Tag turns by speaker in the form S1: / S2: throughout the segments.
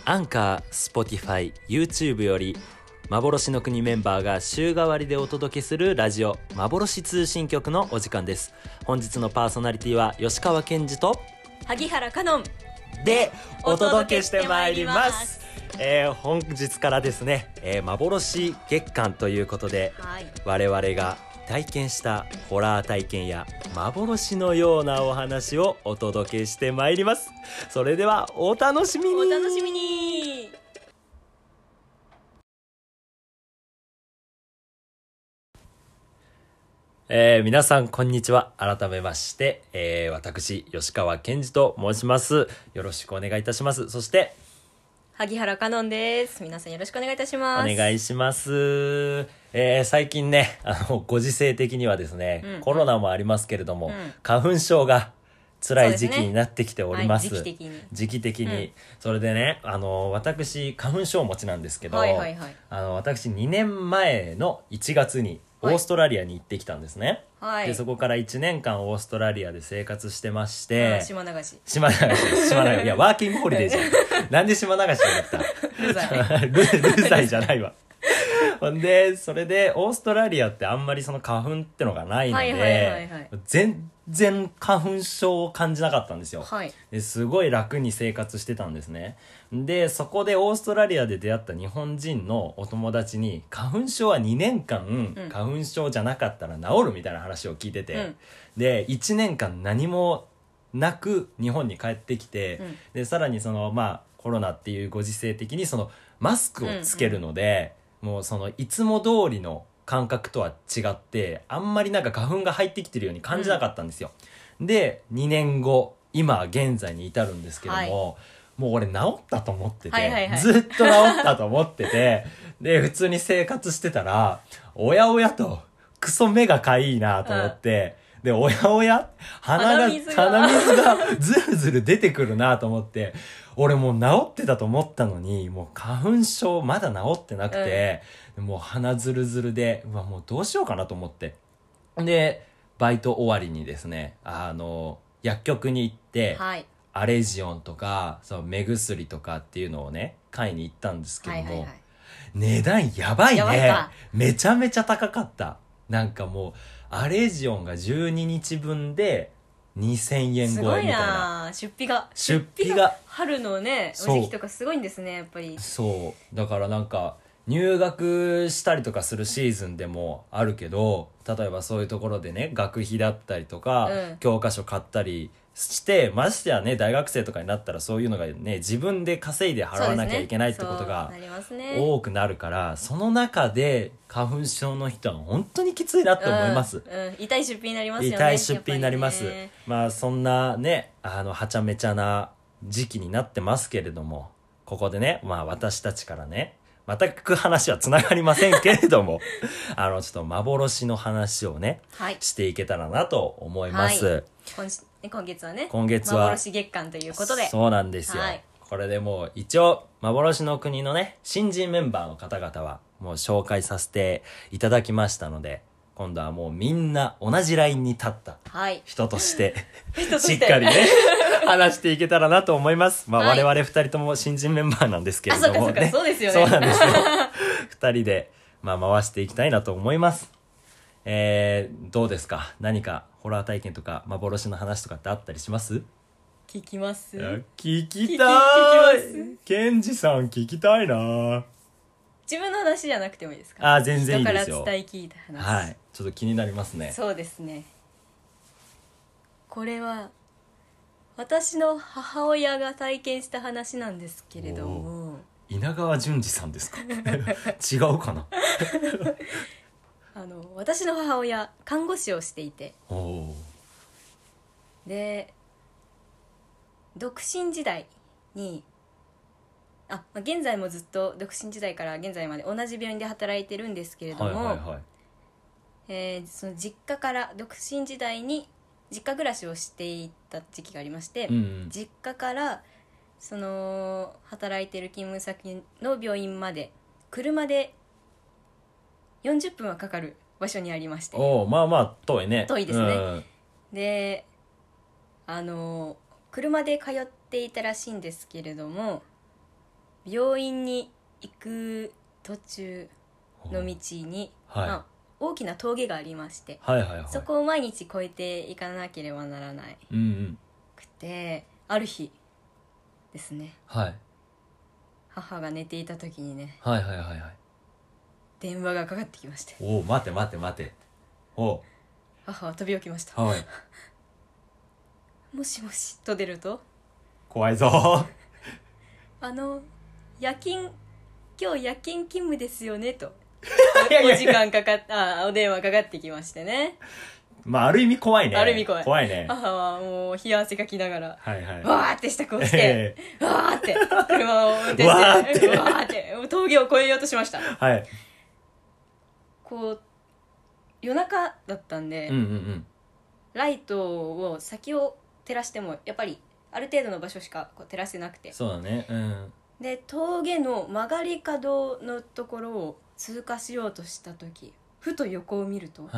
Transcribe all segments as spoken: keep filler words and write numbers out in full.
S1: アンカー、スポティファイ、YouTube より幻の国メンバーが週替わりでお届けするラジオ幻通信局のお時間です。本日のパーソナリティは吉川健二と
S2: 萩原香音
S1: でお届けしてまいります。えー、本日からですね、えー、幻月間ということで、はい、我々が体験したホラー体験や幻のようなお話をお届けしてまいります。それではお楽しみに。
S2: お楽しみに。
S1: えー、皆さんこんにちは。改めまして、えー、私吉川健二と申します。よろしくお願いいたします。そして
S2: 萩原香音です。皆さんよろしくお願いいたします。
S1: お願いします。えー、最近ね、あのご時世的にはですね、うんうん、コロナもありますけれども、うん、花粉症が辛い時期になってきております。
S2: そうですね。はい、時期的に。
S1: 時期的に、うん、それでね、あの私花粉症持ちなんですけど、
S2: はいはいはい、
S1: あの私にねんまえのいちがつにオーストラリアに行ってきたんですね。はい、でそこからいちねんかんオーストラリアで生活してまして、
S2: うん、島流し
S1: 島流し島流しいやワーキングホリデーじゃんなんで島流しになった
S2: ルーザイ
S1: ルーザイじゃないわほんでそれでオーストラリアってあんまりその花粉ってのがないので、はいはいはいはい、全然花粉症を感じなかったんですよ、はい、ですごい楽に生活してたんですね。でそこでオーストラリアで出会った日本人のお友達に花粉症はにねんかん、うん、花粉症じゃなかったら治るみたいな話を聞いてて、うん、でいちねんかん何もなく日本に帰ってきて、うん、でさらにそのまあコロナっていうご時世的にそのマスクをつけるので、うんうん、もうそのいつも通りの感覚とは違ってあんまりなんか花粉が入ってきてるように感じなかったんですよ、うん、でにねんご今現在に至るんですけども、はい、もう俺治ったと思ってて、はいはいはい、ずっと治ったと思っててで普通に生活してたらおやおやとクソ目がかいいなと思って、うんでおやおや鼻が鼻水が、鼻水がずるずる出てくるなと思って俺もう治ってたと思ったのにもう花粉症まだ治ってなくて、うん、もう鼻ずるずるでうわもうどうしようかなと思ってでバイト終わりにですねあの薬局に行って、はい、アレジオンとかその目薬とかっていうのをね買いに行ったんですけども、はいはいはい、値段やばいね。やばいか。めちゃめちゃ高かった。なんかもうアレジオンがじゅうににちぶんでにせんえん超えみたいな。すごいな。
S2: 出費が
S1: 出費が
S2: 春のねお時期とかすごいんですねやっぱり。
S1: そうだからなんか入学したりとかするシーズンでもあるけど例えばそういうところでね学費だったりとか、うん、教科書買ったりしてましてやね大学生とかになったらそういうのがね自分で稼いで払わなきゃいけないってことが多くなるから そ, ね、その中で花粉症の人は本当にきついなって思います、
S2: うんうん、痛い出費になりますよね。
S1: 痛い出費になります、ね、まあそんなねあのはちゃめちゃな時期になってますけれどもここでねまあ私たちからね全く話はつながりませんけれどもあのちょっと幻の話をね、はい、していけたらなと思います、はい、
S2: 今, 今月はね
S1: 今月は
S2: 幻月間ということで
S1: そうなんですよ、はい、これでもう一応幻の国のね新人メンバーの方々はもう紹介させていただきましたので今度はもうみんな同じラインに立った人として、はい、しっかりね話していけたらなと思います。まあ、はい、我々二人とも新人メンバーなんですけれどもね。
S2: そうですよね。
S1: そうなんですよ。二人でまあ回していきたいなと思います。えー、どうですか？何かホラー体験とか幻の話とかってあったりします？
S2: 聞きます。
S1: 聞きたい。ケンジさん聞きたいな。
S2: 自分の話じゃなくてもいいですか？
S1: あ、全然いいですよ。
S2: 人から伝え聞いた話。
S1: はい。ちょっと気になりますね。
S2: そうですね。これは私の母親が体験した話なんですけれども。
S1: 稲川淳二さんですか？違うかな。
S2: あの私の母親看護師をしていて、で独身時代にあ、まあ、現在もずっと独身時代から現在まで同じ病院で働いてるんですけれども、はいはいはい、えー、その実家から独身時代に実家暮らしをしていた時期がありまして、うんうん、実家からその働いている勤務先の病院まで車でよんじゅっぷんはかかる場所にありまして。
S1: おまあまあ遠いね。
S2: 遠いですね、うん、であの車で通っていたらしいんですけれども病院に行く途中の道に、
S1: はい、
S2: まあ、大きな峠がありまして、
S1: はいはいはい、
S2: そこを毎日越えていかなければならない
S1: うんうん、
S2: くて、ある日ですね、
S1: はい、
S2: 母が寝ていた時にね、
S1: はいはいはいはい、
S2: 電話がかかってきまして、
S1: おお、待て待て待て、お
S2: 母は飛び起きました。
S1: はい
S2: もしもしと出ると、
S1: 怖いぞ
S2: あの夜勤今日夜勤勤務ですよねと
S1: いやいや
S2: お時間かかっあお電話かかってきましてね。
S1: まあある意味怖いね。
S2: ある意味怖い。
S1: 怖いね。
S2: 母はもう冷や汗かきながら、
S1: はいはい、
S2: わーって支度をして、わーって車を運転してわーってわーって峠を越えようとしました。
S1: はい。
S2: こう夜中だったんで、
S1: うんうんうん、
S2: ライトを先を照らしてもやっぱりある程度の場所しかこう照らせなくて、
S1: そうだね、うん、
S2: で峠の曲がり角のところを通過しようとした時、ふと横を見ると、
S1: はい、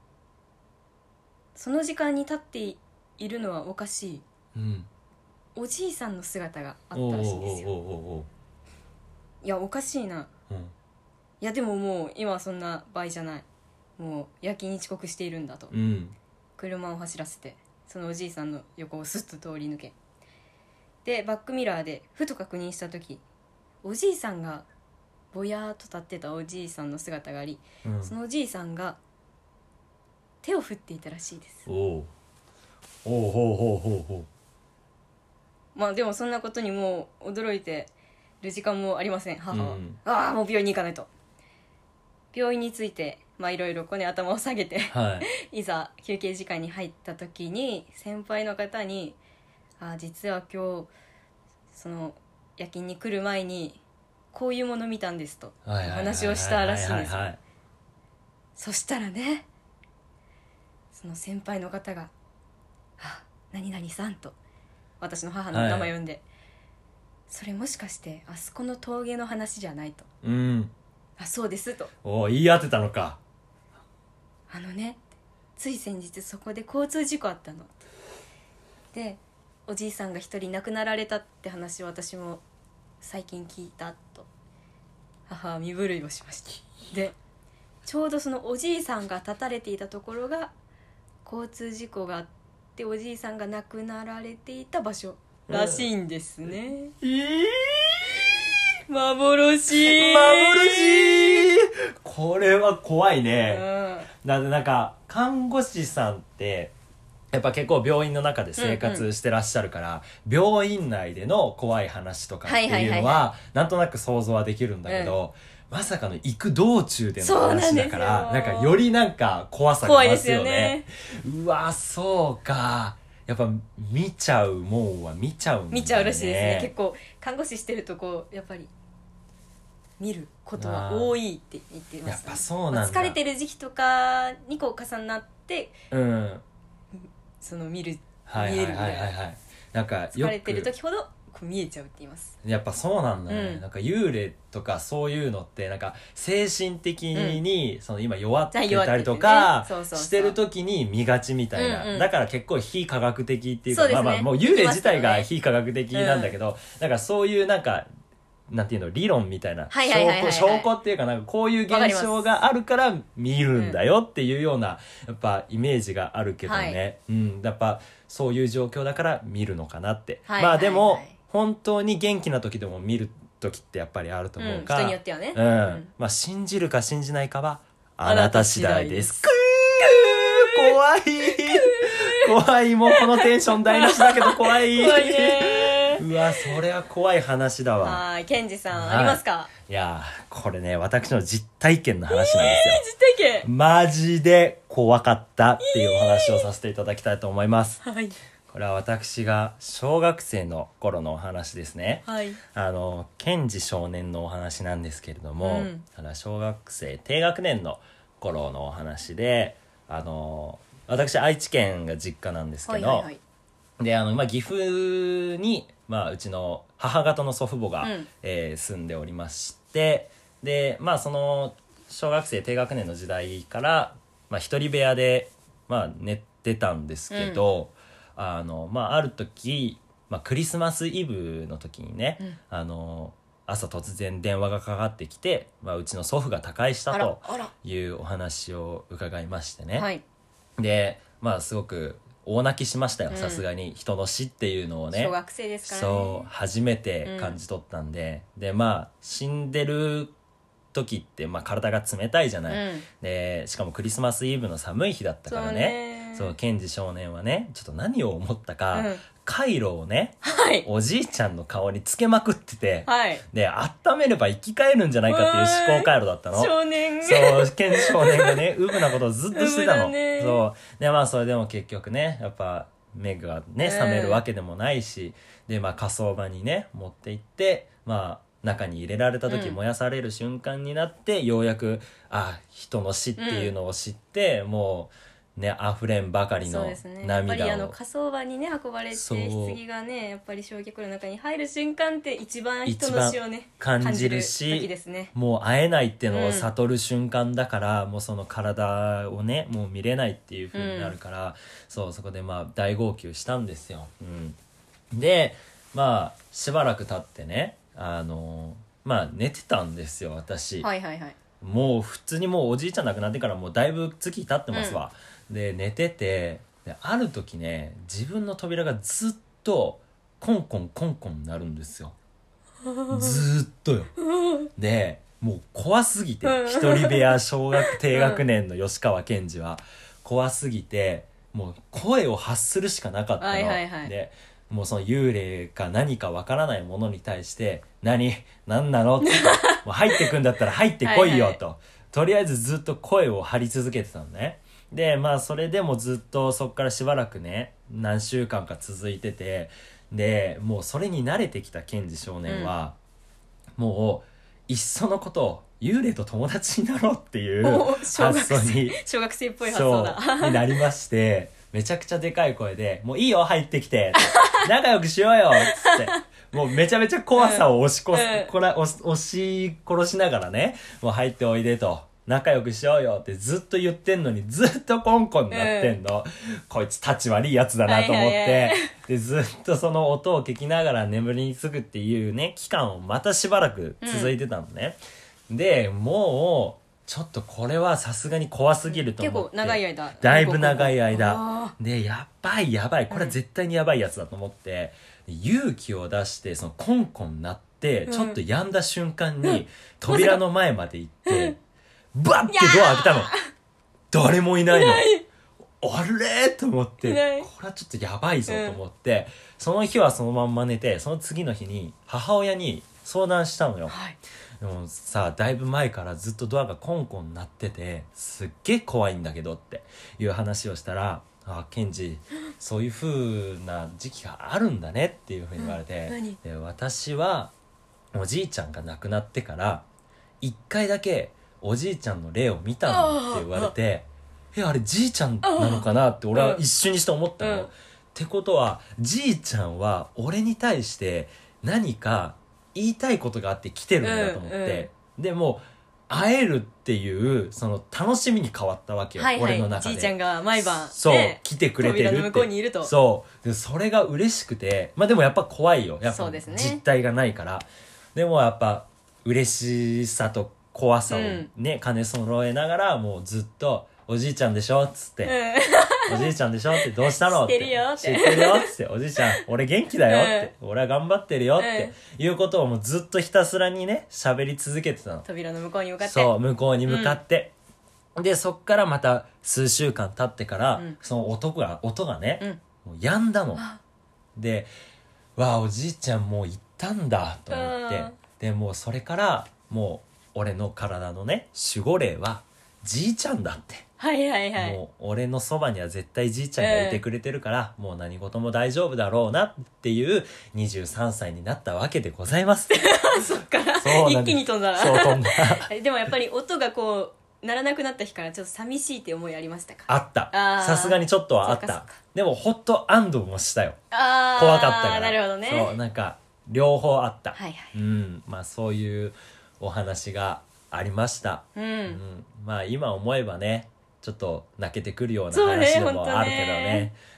S2: その時間に立っているのはおかしい、
S1: うん、
S2: おじいさんの姿があったらしいんですよ。
S1: おーおーおーおー、
S2: いやおかしいな、
S1: うん、
S2: いやでももう今はそんな場合じゃない、もう夜勤に遅刻しているんだと、
S1: うん、
S2: 車を走らせてそのおじいさんの横をスッと通り抜け、でバックミラーでふと確認した時、おじいさんがぼやーっと立ってたおじいさんの姿があり、うん、そのおじいさんが手を振っていたらしいです。
S1: おおおうほうほうほうほ
S2: う。まあでもそんなことにもう驚いてる時間もありません、母は、うん、ああもう病院に行かないと。病院に着いてまあいろいろこね頭を下げて、はい、いざ休憩時間に入った時に先輩の方に、あ実は今日その夜勤に来る前にこういうもの見たんですとお話をしたらしいんです。そしたらね、その先輩の方があ何々さんと私の母の名前を呼んで、はい、それもしかしてあそこの峠の話じゃないと、うん、あそうですと。
S1: お言い当てたのか。
S2: あのねつい先日そこで交通事故あったので、おじいさんが一人亡くなられたって話を私も最近聞いたと母は身震いをしました。でちょうどそのおじいさんが立たれていたところが交通事故があっておじいさんが亡くなられていた場所らしいんですね、うん、えー、幻
S1: 幻これは怖いね、うん、だってなんか看護師さんってやっぱ結構病院の中で生活してらっしゃるから、うんうん、病院内での怖い話とかっていうのはなんとなく想像はできるんだけど、うん、まさかの行く道中での話だからなんかよりなんか怖さが増すよね。うわそうか、やっぱ見ちゃうもんは見ちゃうんだね。
S2: 見ちゃうらしいですね。結構看護師してるとこうやっぱり見ることは多いって言ってます、ね、
S1: やっぱそうなんだ、
S2: まあ、疲れてる時期とかにこう重なって、うん、その見る、
S1: はいはいはいはい、見えるみたいな、なんか
S2: 疲れてる時ほどこう見えちゃうって言います。
S1: やっぱそうなんだね、うん、なんか幽霊とかそういうのってなんか精神的に、うん、その今弱ってたりとかしてる時に見がちみたいな、うんうん、だから結構非科学的っていうか、ね、まあまあもう幽霊自体が非科学的なんだけど、うん、だからそういうなんかなんていうの理論みたいな証拠証拠っていうかなんかこういう現象があるから見るんだよっていうようなやっぱイメージがあるけどね、はい、うん、やっぱそういう状況だから見るのかなって、はい、まあでも、はいはい、本当に元気な時でも見る時ってやっぱりあると思うから、
S2: うん、人によってはね、
S1: うんうん、まあ信じるか信じないかはあなた次第です。怖い怖い、もうこのテンション台無しだけど怖い怖いね。うわそれは怖い話だわ。
S2: はい、ケンジさん、はい、ありますか？
S1: いやこれね私の実体験の話なんですよ、え
S2: ー、実体験
S1: マジで怖かったっていうお話をさせていただきたいと思います、
S2: はい、
S1: これは私が小学生の頃のお話ですね、
S2: はい、
S1: あのケンジ少年のお話なんですけれども、うん、ただ小学生低学年の頃のお話で、あの私愛知県が実家なんですけど、はいはいはい、であの、まあ、岐阜に、まあ、うちの母方の祖父母が、うんえー、住んでおりまして、で、まあ、その小学生低学年の時代から、まあ、一人部屋で、まあ、寝てたんですけど、うん、あのまあ、ある時、まあ、クリスマスイブの時にね、うん、あの朝突然電話がかかってきて、まあ、うちの祖父が他界したというお話を伺いましてね、
S2: はい、
S1: でまあすごく大泣きしましたよ、さすがに人の死っていうのをね、
S2: 小学生ですからね、
S1: そう初めて感じ取ったんで、うん、でまあ死んでる時って、まあ、体が冷たいじゃない、うん、でしかもクリスマスイブの寒い日だったからね、そうケンジ少年はねちょっと何を思ったか、うん、カイロをね、はい、おじいちゃんの顔につけまくってて、はい、で温めれば生き返るんじゃないかっていう思考回路だったの。
S2: 少年
S1: そうケンジ少年がねウブなことをずっとしてたの。そうでまあそれでも結局ねやっぱ目がね覚めるわけでもないし、でまあ火葬場にね持って行ってまあ中に入れられた時、うん、燃やされる瞬間になってようやくあ人の死っていうのを知って、うん、もうね溢れんばかりの涙を、ね、やっぱり
S2: あの火葬場にね運ばれて棺がねやっぱり焼却炉の中に入る瞬間って一番人の死をね
S1: 感じるし
S2: 時ですね、
S1: もう会えないっていうのを悟る瞬間だから、うん、もうその体をねもう見れないっていう風になるから、うん、そうそこでまあ大号泣したんですよ、うん、でまあしばらく経ってねあのまあ寝てたんですよ私、
S2: はいはいはい、
S1: もう普通にもうおじいちゃん亡くなってからもうだいぶ月経ってますわ、うん、で寝ててである時ね自分の扉がずっとコンコンコンコンなるんですよずっとよでもう怖すぎて一人部屋小学低学年の吉川賢治は怖すぎてもう声を発するしかなかったの、はいはいはい、でもうその幽霊か何かわからないものに対して何何なのってもう入ってくんだったら入ってこいよとはい、とりあえずずっと声を張り続けてたのね。でまあそれでもずっとそっからしばらくね何週間か続いてて、でもうそれに慣れてきたケンジ少年は、うん、もういっそのことを幽霊と友達になろうっていう発想に
S2: 小学生っぽい発想だ
S1: そうになりましてめちゃくちゃでかい声でもういいよ入ってきて仲良くしようよっつってもうめちゃめちゃ怖さを押しこす、うん、こら押し、押し殺しながらねもう入っておいでと仲良くしようよってずっと言ってんのにずっとコンコンなってんの、うん、こいつ立ち悪いやつだなと思って、はいはいはい、でずっとその音を聞きながら眠りにつくっていうね期間をまたしばらく続いてたのね、うん、でもうちょっとこれはさすがに怖すぎると思って
S2: 結構長い間
S1: だいぶ長い間でやばいやばいこれは絶対にやばいやつだと思って、うん、勇気を出してそのコンコン鳴ってちょっと止んだ瞬間に扉の前まで行ってバッてドア開けたの誰もいないのいないあれと思ってこれはちょっとやばいぞと思って、うん、その日はそのまんま寝てその次の日に母親に相談したのよ、はい、でもさだいぶ前からずっとドアがコンコン鳴っててすっげえ怖いんだけどっていう話をしたらあケンジそういう風な時期があるんだねっていう風に言われて、うん、で私はおじいちゃんが亡くなってから一回だけおじいちゃんの霊を見たのって言われてえあれじいちゃんなのかなって俺は一瞬にして思ったの、うん、ってことはじいちゃんは俺に対して何か言いたいことがあって来てるんだと思って、うんうん、でも会えるっていうその楽しみに変わったわけよ、はいはい、俺の中で
S2: じいちゃんが毎晩、ね、
S1: そう来てくれてるって
S2: 扉の向こうにいると
S1: そうでそれが嬉しくてまあでもやっぱ怖いよやっぱ実体がないから で,、ね、でもやっぱ嬉しさと怖さをね、うん、兼ね揃えながらもうずっとおじいちゃんでしょっつって、うん、おじいちゃんでしょってどうしたのって
S2: 知ってるよって
S1: 知ってるよっつっておじいちゃん俺元気だよって、うん、俺は頑張ってるよって、うん、いうことをもうずっとひたすらにね喋り続けてたの
S2: 扉の向こうに向かって
S1: そう向こうに向かって、うん、でそっからまた数週間経ってから、うん、その音が音がね、うん、もう止んだのでわあおじいちゃんもう行ったんだと思って、うん、でもうそれからもう俺の体のね守護霊はじいちゃんだって
S2: はいはいはい
S1: もう俺のそばには絶対じいちゃんがいてくれてるから、うん、もう何事も大丈夫だろうなっていうにじゅうさんさいになったわけでございます
S2: そっから一気に飛んだ
S1: そう飛んだ
S2: でもやっぱり音がこう鳴らなくなった日からちょっと寂しいって思いありましたか
S1: あったさすがにちょっとはあったでもほっと安堵もしたよあ怖かったから
S2: なるほどね
S1: そうなんか両方あった、
S2: はいはい
S1: うんまあそういうお話がありました、
S2: うんうん、
S1: まあ今思えばねちょっと泣けてくるような話でもあるけどね、ね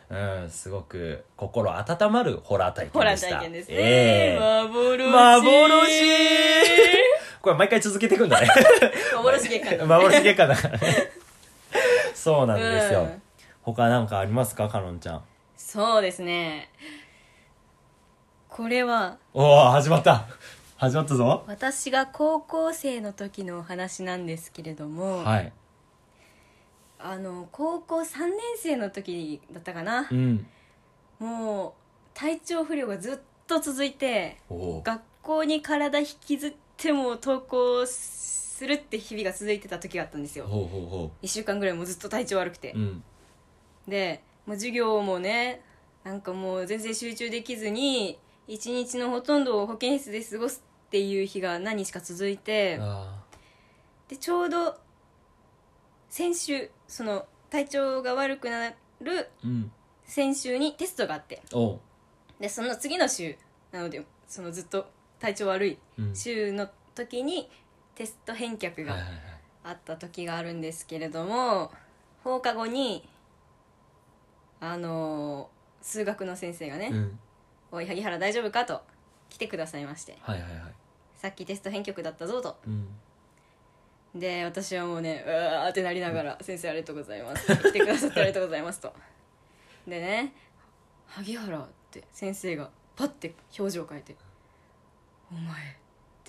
S1: うん、すごく心温まるホラー体験でした。
S2: ホラー体験ですね。
S1: えー、
S2: 幻。
S1: 幻これ毎回続けていくんだね。
S2: 幻月間、ね。
S1: 幻月間だからね。そうなんですよ。うん、他なんかありますか、かのんちゃん。
S2: そうですね。これは。
S1: おお、始まった。始まったぞ。
S2: 私が高校生の時のお話なんですけれども。
S1: はい。
S2: あの高校さんねん生の時だったかな、
S1: うん、
S2: もう体調不良がずっと続いて、学校に体引きずっても登校するって日々が続いてた時があったんですよ。
S1: ほうほうほう。
S2: いっしゅうかんぐらいもうずっと体調悪くて、
S1: うん、
S2: でもう授業もね、なんかもう全然集中できずに一日のほとんどを保健室で過ごすっていう日が何日か続いて、でちょうど先週その体調が悪くなる先週にテストがあって、
S1: うん、
S2: でその次の週なので、そのずっと体調悪い週の時にテスト返却があった時があるんですけれども、放課後にあのー、数学の先生がね、うん、おい萩原大丈夫かと来てくださいまして、
S1: はいはいはい、
S2: さっきテスト返却だったぞと、
S1: うん、
S2: で私はもうねうわーってなりながら、うん、先生ありがとうございます来てくださってありがとうございますとでね、萩原って先生がパッて表情変えて、お前って、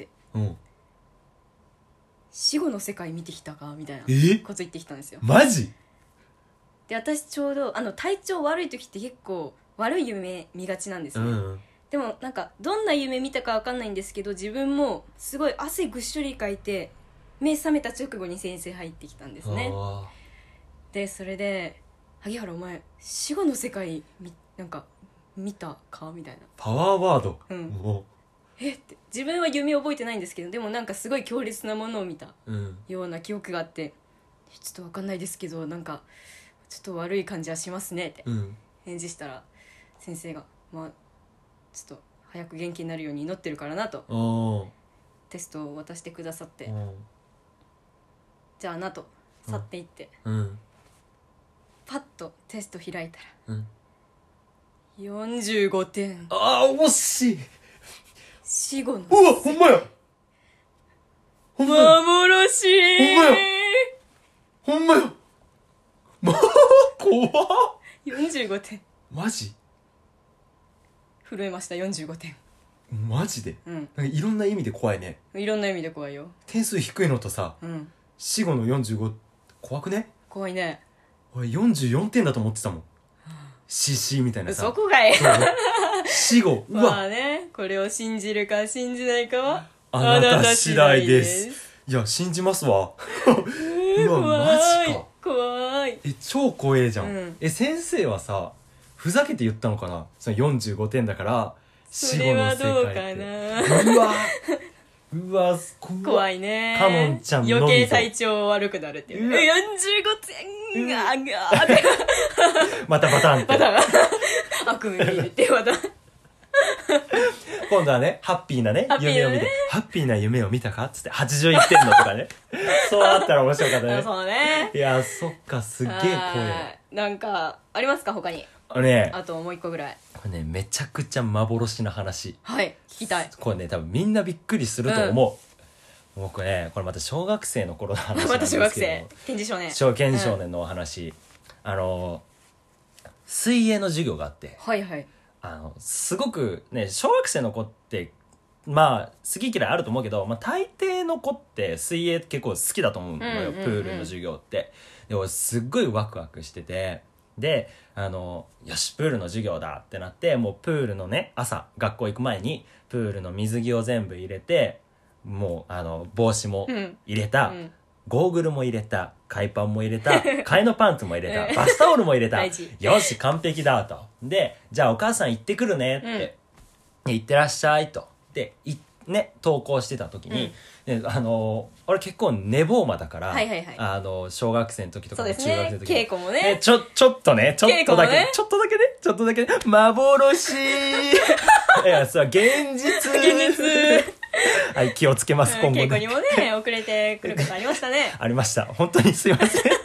S1: うん、
S2: 死後の世界見てきたかみたいなこと言ってきたんですよ。
S1: マジ
S2: で、私ちょうどあの体調悪い時って結構悪い夢見がちなんですね、うん、でもなんかどんな夢見たか分かんないんですけど、自分もすごい汗ぐっしょりかいて目覚めた直後に先生入ってきたんですね。でそれで、萩原お前死後の世界みなんか見たかみたいな
S1: パワーワード、
S2: うん、えって自分は夢覚えてないんですけど、でもなんかすごい強烈なものを見たような記憶があって、うん、ちょっと分かんないですけどなんかちょっと悪い感じはしますねって返事したら、先生がまあちょっと早く元気になるように祈ってるからなとテストを渡してくださって、じゃあなと去っていって、
S1: うん、
S2: パッとテスト開いた
S1: ら、うん、
S2: よんじゅうごてん。
S1: ああ惜しい。
S2: 死後の
S1: うわほんまや
S2: ほんまや幻
S1: ほんまやほんまやまあ怖っ
S2: よんじゅうごてん
S1: マジ
S2: 震えました。よんじゅうごてん
S1: マジで、
S2: うん、なん
S1: かいろんな意味で怖いね。
S2: いろんな意味で怖いよ。
S1: 点数低いのとさ、
S2: うん、
S1: 死後のよんじゅうご怖くね。
S2: 怖いね。
S1: 俺よんじゅうよんてんだと思ってたもん、シーシー みたいなさ。
S2: そこがい
S1: 死後うわ
S2: まあね、これを信じるか信じないかは
S1: あなた次第です。いや信じますわうわマジか
S2: 怖い。
S1: え超怖えじゃん、
S2: うん、
S1: え先生はさふざけて言ったのかな、そのよんじゅうごてんだから死後の世界って。それはどうかな。うわうわ怖,
S2: 怖いね。
S1: かのんちゃんのみぞ
S2: 余計体調悪くなるっていう、よんじゅうごてんががって
S1: またパターンって
S2: また悪夢見るってまた
S1: 今度はねハッピーなね夢を見て、ハッピーな夢を見たかっつってはちじゅういってんのとかねそうあったら面白かったね。
S2: そうね。
S1: いやそっかすっげえ怖い。
S2: なんかありますか他に。
S1: あね、
S2: あともう一個ぐらい。
S1: これねめちゃくちゃ幻の話。
S2: はい聞きたい。
S1: これね多分みんなびっくりすると思う、うん、僕ねこれまた小学生の頃の話なんですけどまた小学生
S2: 健児少年
S1: 小健児少年のお話、うん、あの水泳の授業があって、
S2: はいはい、
S1: あのすごくね小学生の子ってまあ好き嫌いあると思うけど、まあ、大抵の子って水泳結構好きだと思うのよ、うんうんうん、プールの授業って。で俺すっごいワクワクしてて、であのよしプールの授業だってなって、もうプールのね朝学校行く前にプールの水着を全部入れて、もうあの帽子も入れた、うんうん、ゴーグルも入れた、海パンも入れた、替えのパンツも入れた、バスタオルも入れたよし完璧だと。でじゃあお母さん行ってくるねって、うん、行ってらっしゃいとでいね登校してた時に、うん、あの俺結構寝坊魔だから、
S2: はいはいはい、
S1: あの小学生の時とか中学生の時、
S2: ね、稽古もね
S1: ちょちょっとねちょっとだけ、ね、ちょっとだけねちょっとだけね幻いやそれは現実
S2: 現実
S1: はい気をつけます、うん、今後ね
S2: 稽古にもね遅れてくることありましたね
S1: ありました本当にすいません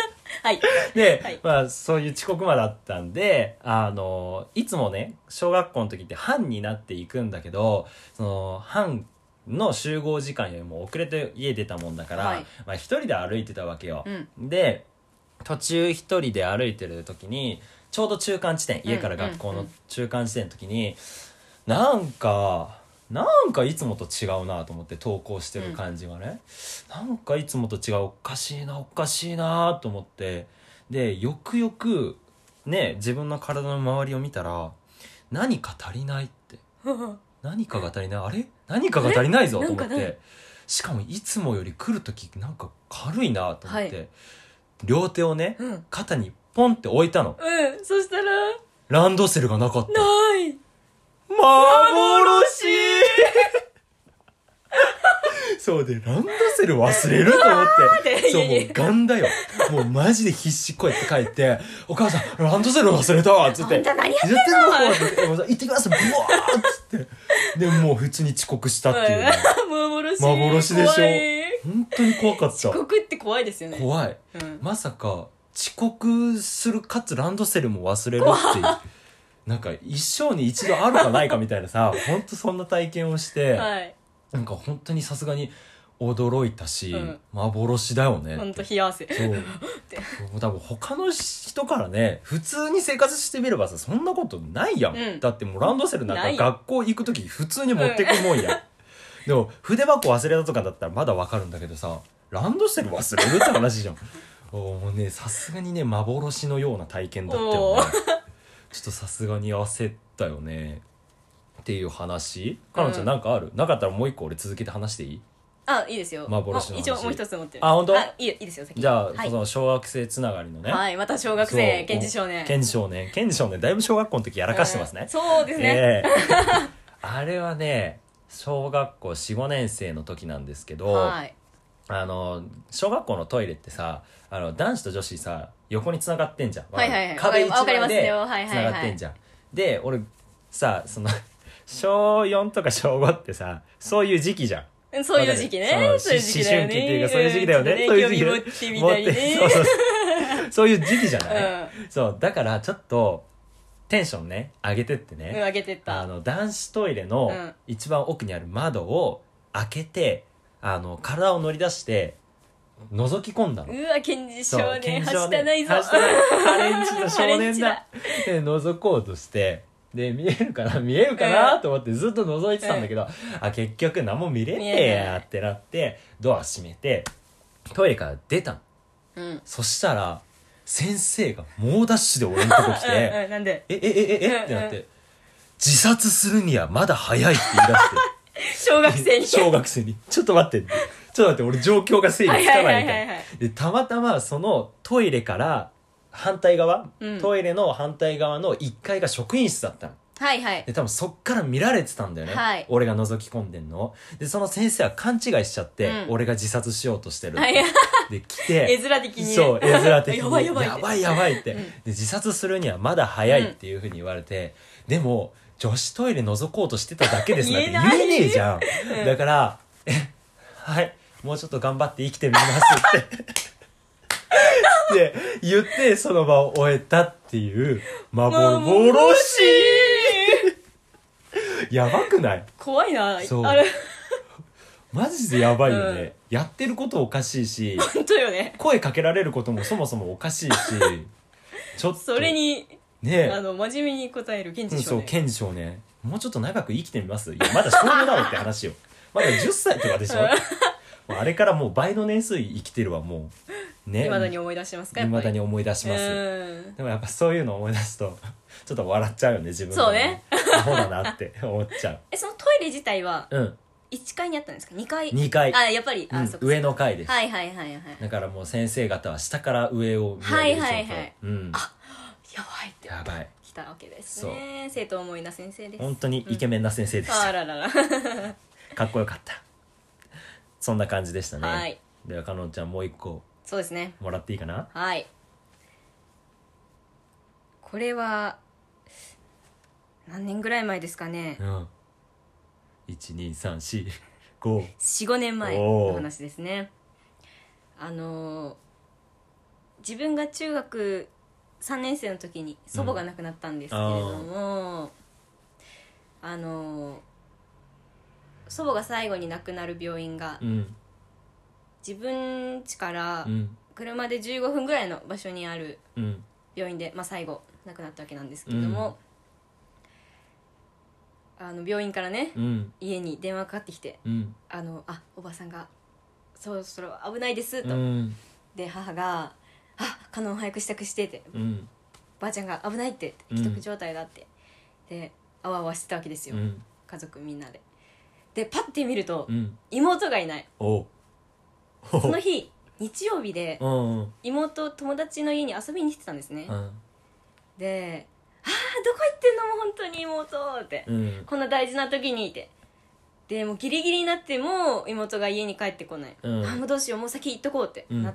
S2: はい
S1: で、
S2: はい
S1: まあそういう遅刻まであったんで、あのいつもね小学校の時って班になっていくんだけど、その班の集合時間よりも遅れて家出たもんだから、はい、まあ一人で歩いてたわけよ、うん、で途中一人で歩いてる時にちょうど中間地点、家から学校の中間地点の時に、うんうんうん、なんかなんかいつもと違うなと思って登校してる感じがね、うん、なんかいつもと違う、おかしいなおかしいなと思って、でよくよくね自分の体の周りを見たら何か足りないって何かが足りない、あれ何かが足りないぞと思って、しかもいつもより来る時なんか軽いなと思って、はい、両手をね、うん、肩にポンって置いたの。
S2: うん、そしたら
S1: ランドセルがなかった。
S2: ない
S1: 幻そうで、ランドセル忘れると思ってそう、もうガンだよ、もうマジで必死こうやって帰って、お母さんランドセル忘れたわっつって、
S2: あんた何やってんの
S1: 行ってきますブワーっつってでもう普通に遅刻したっていう、ね、
S2: 幻
S1: 幻でしょ。本当に怖かった。
S2: 遅刻って怖いですよね。
S1: 怖い、うん、まさか遅刻するかつランドセルも忘れるっていうなんか一生に一度あるかないかみたいなさ本当そんな体験をして、はい、なんか本当にさすがに驚いたし、うん、幻だよね。
S2: 本当冷や汗。
S1: そう多分他の人からね普通に生活してみればさそんなことないやん、うん、だってもうランドセルなんか学校行く時普通に持ってくもんや、うん、でも筆箱忘れたとかだったらまだわかるんだけどさ、ランドセル忘れるって話じゃんもうねさすがにね幻のような体験だったよねちょっとさすがに焦ったよねっていう話。かのちゃんなんかある、うん、なかったらもう一個俺続けて話していい？
S2: あ、いいですよ。
S1: 幻の話。
S2: 一応もう一つ持ってる。
S1: あ、本当？
S2: あ、いい、いいですよ。
S1: じゃあ、はい、その小学生つながりのね。
S2: はい、また小学生、検事少年。
S1: 検事少年。検事少年、だいぶ小学校の時やらかしてますね。
S2: うん、そうですね。
S1: えー、あれはね、小学校よん、ごねん生の時なんですけど、はい、あの、小学校のトイレってさ、あの男子と女子さ、横に繋がってんじゃん。
S2: はいはいはい。
S1: 壁一枚で
S2: 繋
S1: がってんじゃん。で、俺さ、その、小よんとか小ごってさ、そういう時期じゃん。
S2: そういう時期ね。
S1: そういう時期だよね。思春期っていうかそういう時期だよね。そういう時期
S2: 持ってみたいね。
S1: そうそうそう。そういう時期じゃない、うん、そう、だからちょっと、テンションね、上げてってね。
S2: うん、上げてった。
S1: あの、男子トイレの一番奥にある窓を開けて、あの、体を乗り出して、覗き込んだの。
S2: うわ、検事少年、はしたないぞ。
S1: はしたない。ハレンチの少年だ。で、覗こうとして、で、見えるかな見えるかな、うん、と思ってずっと覗いてたんだけど、うん、あ、結局何も見れねえやってなって、ドア閉めて、トイレから出たの。うん、そしたら、先生が猛ダッシュで俺のとこ来て、
S2: うんうん、なんで
S1: え、え、え、え、え、ってなって、自殺するにはまだ早いって言い出して。
S2: 小学生に。
S1: 小学生に。ちょっと待って。ちょっと待って、俺状況が整理つかないみたいな。で、たまたまそのトイレから、反対側、うん、トイレの反対側のいっかいが職員室だったの。
S2: はいはい。
S1: で、多分そっから見られてたんだよね。はい。俺が覗き込んでんの。で、その先生は勘違いしちゃって、うん、俺が自殺しようとしてるって。で、来て。
S2: 絵面的に。
S1: そう、絵面的に。
S2: やばいやばい。
S1: やばいやばいって。うん、で、自殺するにはまだ早いっていう風に言われて、うん、でも、女子トイレ覗こうとしてただけですなんて言えねえじゃん。うん、だから、え、はい、もうちょっと頑張って生きてみますって。って言ってその場を終えたっていう幻やばくない？
S2: 怖いな。
S1: そう
S2: あれ
S1: マジでやばいよね、うん、やってることおかしいし
S2: 本当よね。
S1: 声かけられることもそもそもおかしいしちょっと
S2: それに
S1: ね
S2: あの真面目に答える検事少年、
S1: うん、そう検事少年もうちょっと長く生きてみます？いやまだ少年だろって話よまだじゅっさいとかでしょあれからもう倍の年数生きてるわもうね。
S2: 未だに思い出しますか？
S1: 未だに思い出します。でもやっぱそういうのを思い出すとちょっと笑っちゃうよね自分。
S2: そうね。
S1: アホだなって思っちゃう。
S2: えそのトイレ自体は、うん、いっかいにあったんですか？にかい？
S1: にかい。
S2: あやっぱり、あ、
S1: うん、上の階です。
S2: はいはいはいはい。
S1: だからもう先生方は下から上を見
S2: 上げる状況。はいはいはい。
S1: うん。
S2: あやばいって
S1: やばい
S2: 来たわけですね。生徒思いな先生です。
S1: 本当にイケメンな先生でした。
S2: うん、あららら
S1: かっこよかった。そんな感じでしたね。
S2: はい。
S1: ではかのんちゃんもう一個
S2: そうですね
S1: もらっていいかな。
S2: はい。これは何年ぐらい前ですかね。うん。
S1: いちにさんしご
S2: よんごねんまえの話ですね。あの自分が中学さんねん生の時に祖母が亡くなったんですけれども、うん、あの祖母が最後に亡くなる病院が、うん、自分家から車でじゅうごふんぐらいの場所にある病院で、まあ、最後亡くなったわけなんですけれども、うん、あの病院からね、うん、家に電話かかってきて、うん、あのあおばさんがそろそろ危ないですと、うん、で母があカノン早く支度してって、うん、ばあちゃんが危ないって既得状態だって、うん、であわあわしてたわけですよ、うん、家族みんなで。でパッて見ると、うん、妹がいない。おその日日曜日で妹友達の家に遊びに来てたんですね、うん、であーどこ行ってんのもう本当に妹って、うん、こんな大事な時にってでもうギリギリになっても妹が家に帰ってこない、うん、あもうどうしようもう先行っとこうってなって、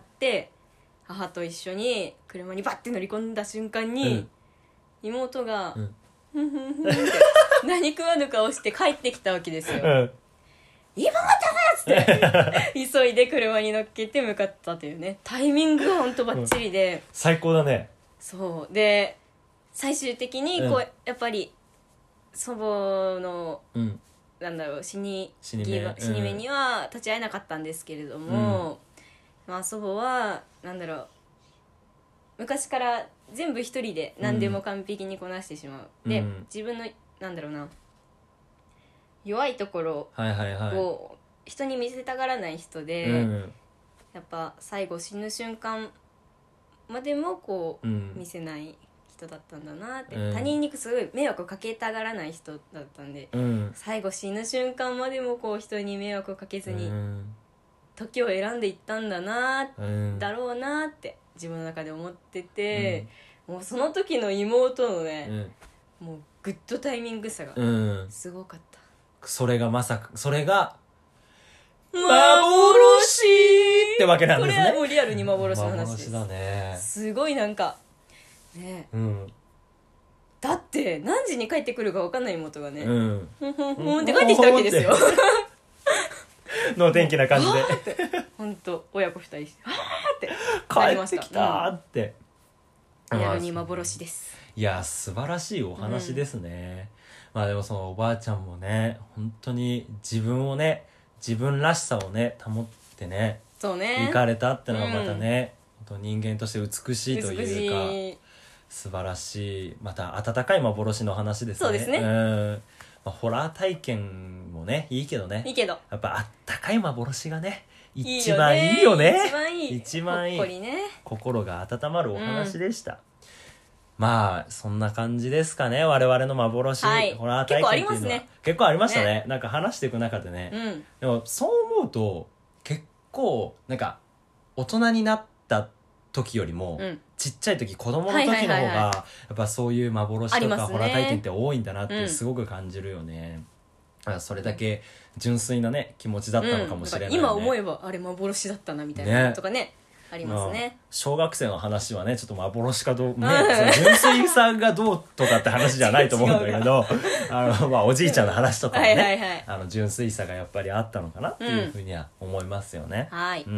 S2: うん、母と一緒に車にバッて乗り込んだ瞬間に、うん、妹が、うん、ふんふんふんって何食わぬ顔して帰ってきたわけですよ、うん妹だっつって急いで車に乗っけて向かったというねタイミングがほんとバッチリで、うん、
S1: 最高だね。
S2: そうで最終的にこう、うん、やっぱり祖母の、うん、なんだろう死に死に目、死に目には立ち会えなかったんですけれども、うん、まあ祖母はなんだろう昔から全部一人で何でも完璧にこなしてしまう、うん、で自分のなんだろうな弱いところを人に見せたがらない人で、はいはいはい、やっぱ最後死ぬ瞬間までもこう、うん、見せない人だったんだなって、うん、他人にすごい迷惑をかけたがらない人だったんで、うん、最後死ぬ瞬間までもこう人に迷惑をかけずに、うん、時を選んでいったんだな、うん、だろうなって自分の中で思ってて、うん、もうその時の妹のね、うん、もうグッドタイミングさがすごかった、
S1: うん、それがまさかそれが
S2: 幻
S1: ってわけなんですね。
S2: これはもうリアルに幻の話です。
S1: 幻だね。
S2: すごいなんかね、うん、だって何時に帰ってくるか分かんない妹がね、うん、ふんふんふんって帰ってきたわけですよ。
S1: の天気な感じで。
S2: 本当親子二人あーって
S1: 帰ってきたって。
S2: うん、リアルに幻です。
S1: いや素晴らしいお話ですね。うん、まあでもそのおばあちゃんもね本当に自分をね自分らしさをね保ってね
S2: そうね
S1: 行かれたってのがまたね、うん、本当人間として美しいというか素晴らしいまた温かい幻の話ですね。
S2: そうですね、
S1: うんまあ、ホラー体験もねいいけどね
S2: いいけど
S1: やっぱあったかい幻がね一番いいよね。
S2: 一番いい
S1: 一番いい
S2: ほっこりね
S1: 心が温まるお話でした、うん、まあそんな感じですかね我々の幻、はい、ホラー体験っていうのは結構ありますね。結構ありましたね、ねなんか話していく中でね、うん、でもそう思うと結構なんか大人になった時よりも、うん、ちっちゃい時子供の時の方がやっぱそういう幻とかホラー体験って多いんだなってすごく感じるよね、うん、それだけ純粋なね気持ちだったのかもしれないね、
S2: うん、今思えばあれ幻だったなみたいなとかねありますね、まあ、
S1: 小学生の話はねちょっと幻かどう、ね、その純粋さがどうとかって話じゃないと思うんだけどあの、まあ、おじいちゃんの話とかもね、はいはいはい、あの純粋さがやっぱりあったのかなっていうふうには思いますよね、
S2: うんはいうん、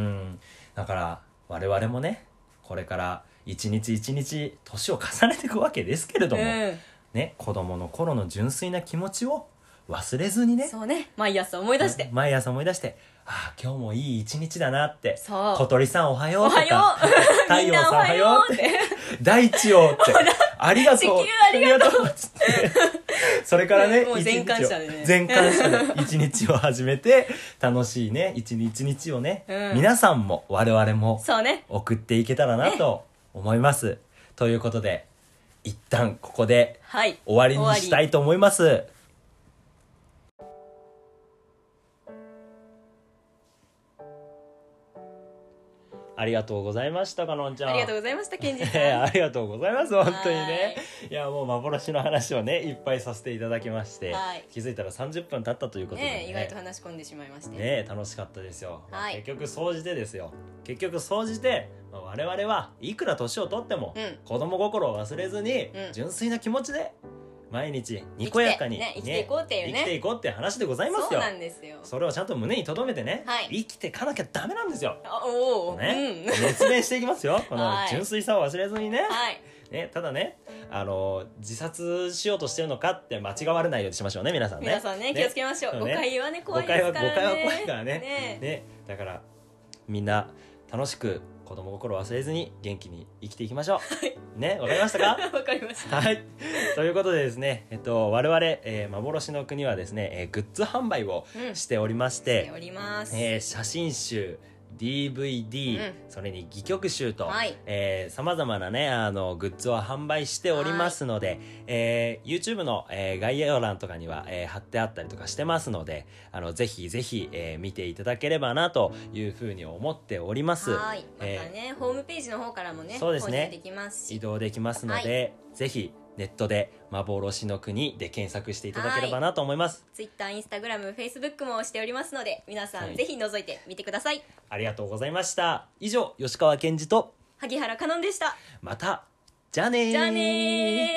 S1: だから我々もねこれから一日一日年を重ねていくわけですけれども、うんね、子供の頃の純粋な気持ちを忘れずにね
S2: そうね毎朝思い出して
S1: 毎朝思い出してああ今日もいい一日だなって小鳥さんおはようとか太陽さんおはようって大地をってありがとう
S2: 地球ありがとうって
S1: それからね
S2: もう全感謝でね
S1: 全感謝で一日を始めて楽しいね一日一日をね、うん、皆さんも我々も送っていけたらなと思います、ね、ということで一旦ここで終わりにしたいと思います、はいありがとうございましたかのんちゃん。
S2: ありがとうございましたケンジさん
S1: ありがとうございます本当にね。いやもう幻の話をねいっぱいさせていただきまして、気づいたらさんじゅっぷん経ったということで ね,
S2: ね意外と話し込んでしまいまして
S1: ね楽しかったですよ、まあ、結局総じてですよ結局総じて、まあ、我々はいくら年を取っても、うん、子供心を忘れずに、うん、純粋な気持ちで毎日にこやかに、
S2: ね、生きていこうっていうね
S1: 生きていこうっていう話でございますよ。
S2: そうなんですよ。
S1: それをちゃんと胸に留めてね、はい、生きていかなきゃダメなんですよ。
S2: おお、
S1: ね、うん、熱弁していきますよ。この純粋さを忘れずにね。
S2: はい。
S1: ね、ただね、あの自殺しようとしてるのかって間違われないようにしましょうね、皆さんね。
S2: 皆さんね、気をつけましょう。ね、誤解はね、怖いですからね。
S1: 誤解は、誤解は怖いからね。
S2: ね。
S1: ね、だからみんな楽しく子供心忘れずに元気に生きていきましょう。はい。ね、わかりましたか？
S2: わかりました。
S1: はい。ということでですね、えっと、我々、えー、幻の国はですね、えー、グッズ販売をしておりまして、うん、
S2: しております。
S1: えー、写真集、ディーブイディー、うん、それに戯曲集と、はい、えー、様々なね、あの、グッズを販売しておりますので、えー、YouTube の、えー、概要欄とかには、えー、貼ってあったりとかしてますので、あの、ぜひぜひ、えー、見ていただければな、というふうに思っております。
S2: はい。またね、えー、ホームページの方からもね、
S1: そうですね。
S2: できますし。
S1: 移動できますので、はい、ぜひ、ネットで幻の国で検索していただければなと思います。
S2: Twitter、Instagram、Facebook もしておりますので、皆さんぜひ覗いてみてください。
S1: ありがとうございました。以上、吉川健二と
S2: 萩原香音でした。
S1: また、じゃあねー。
S2: じゃあねー。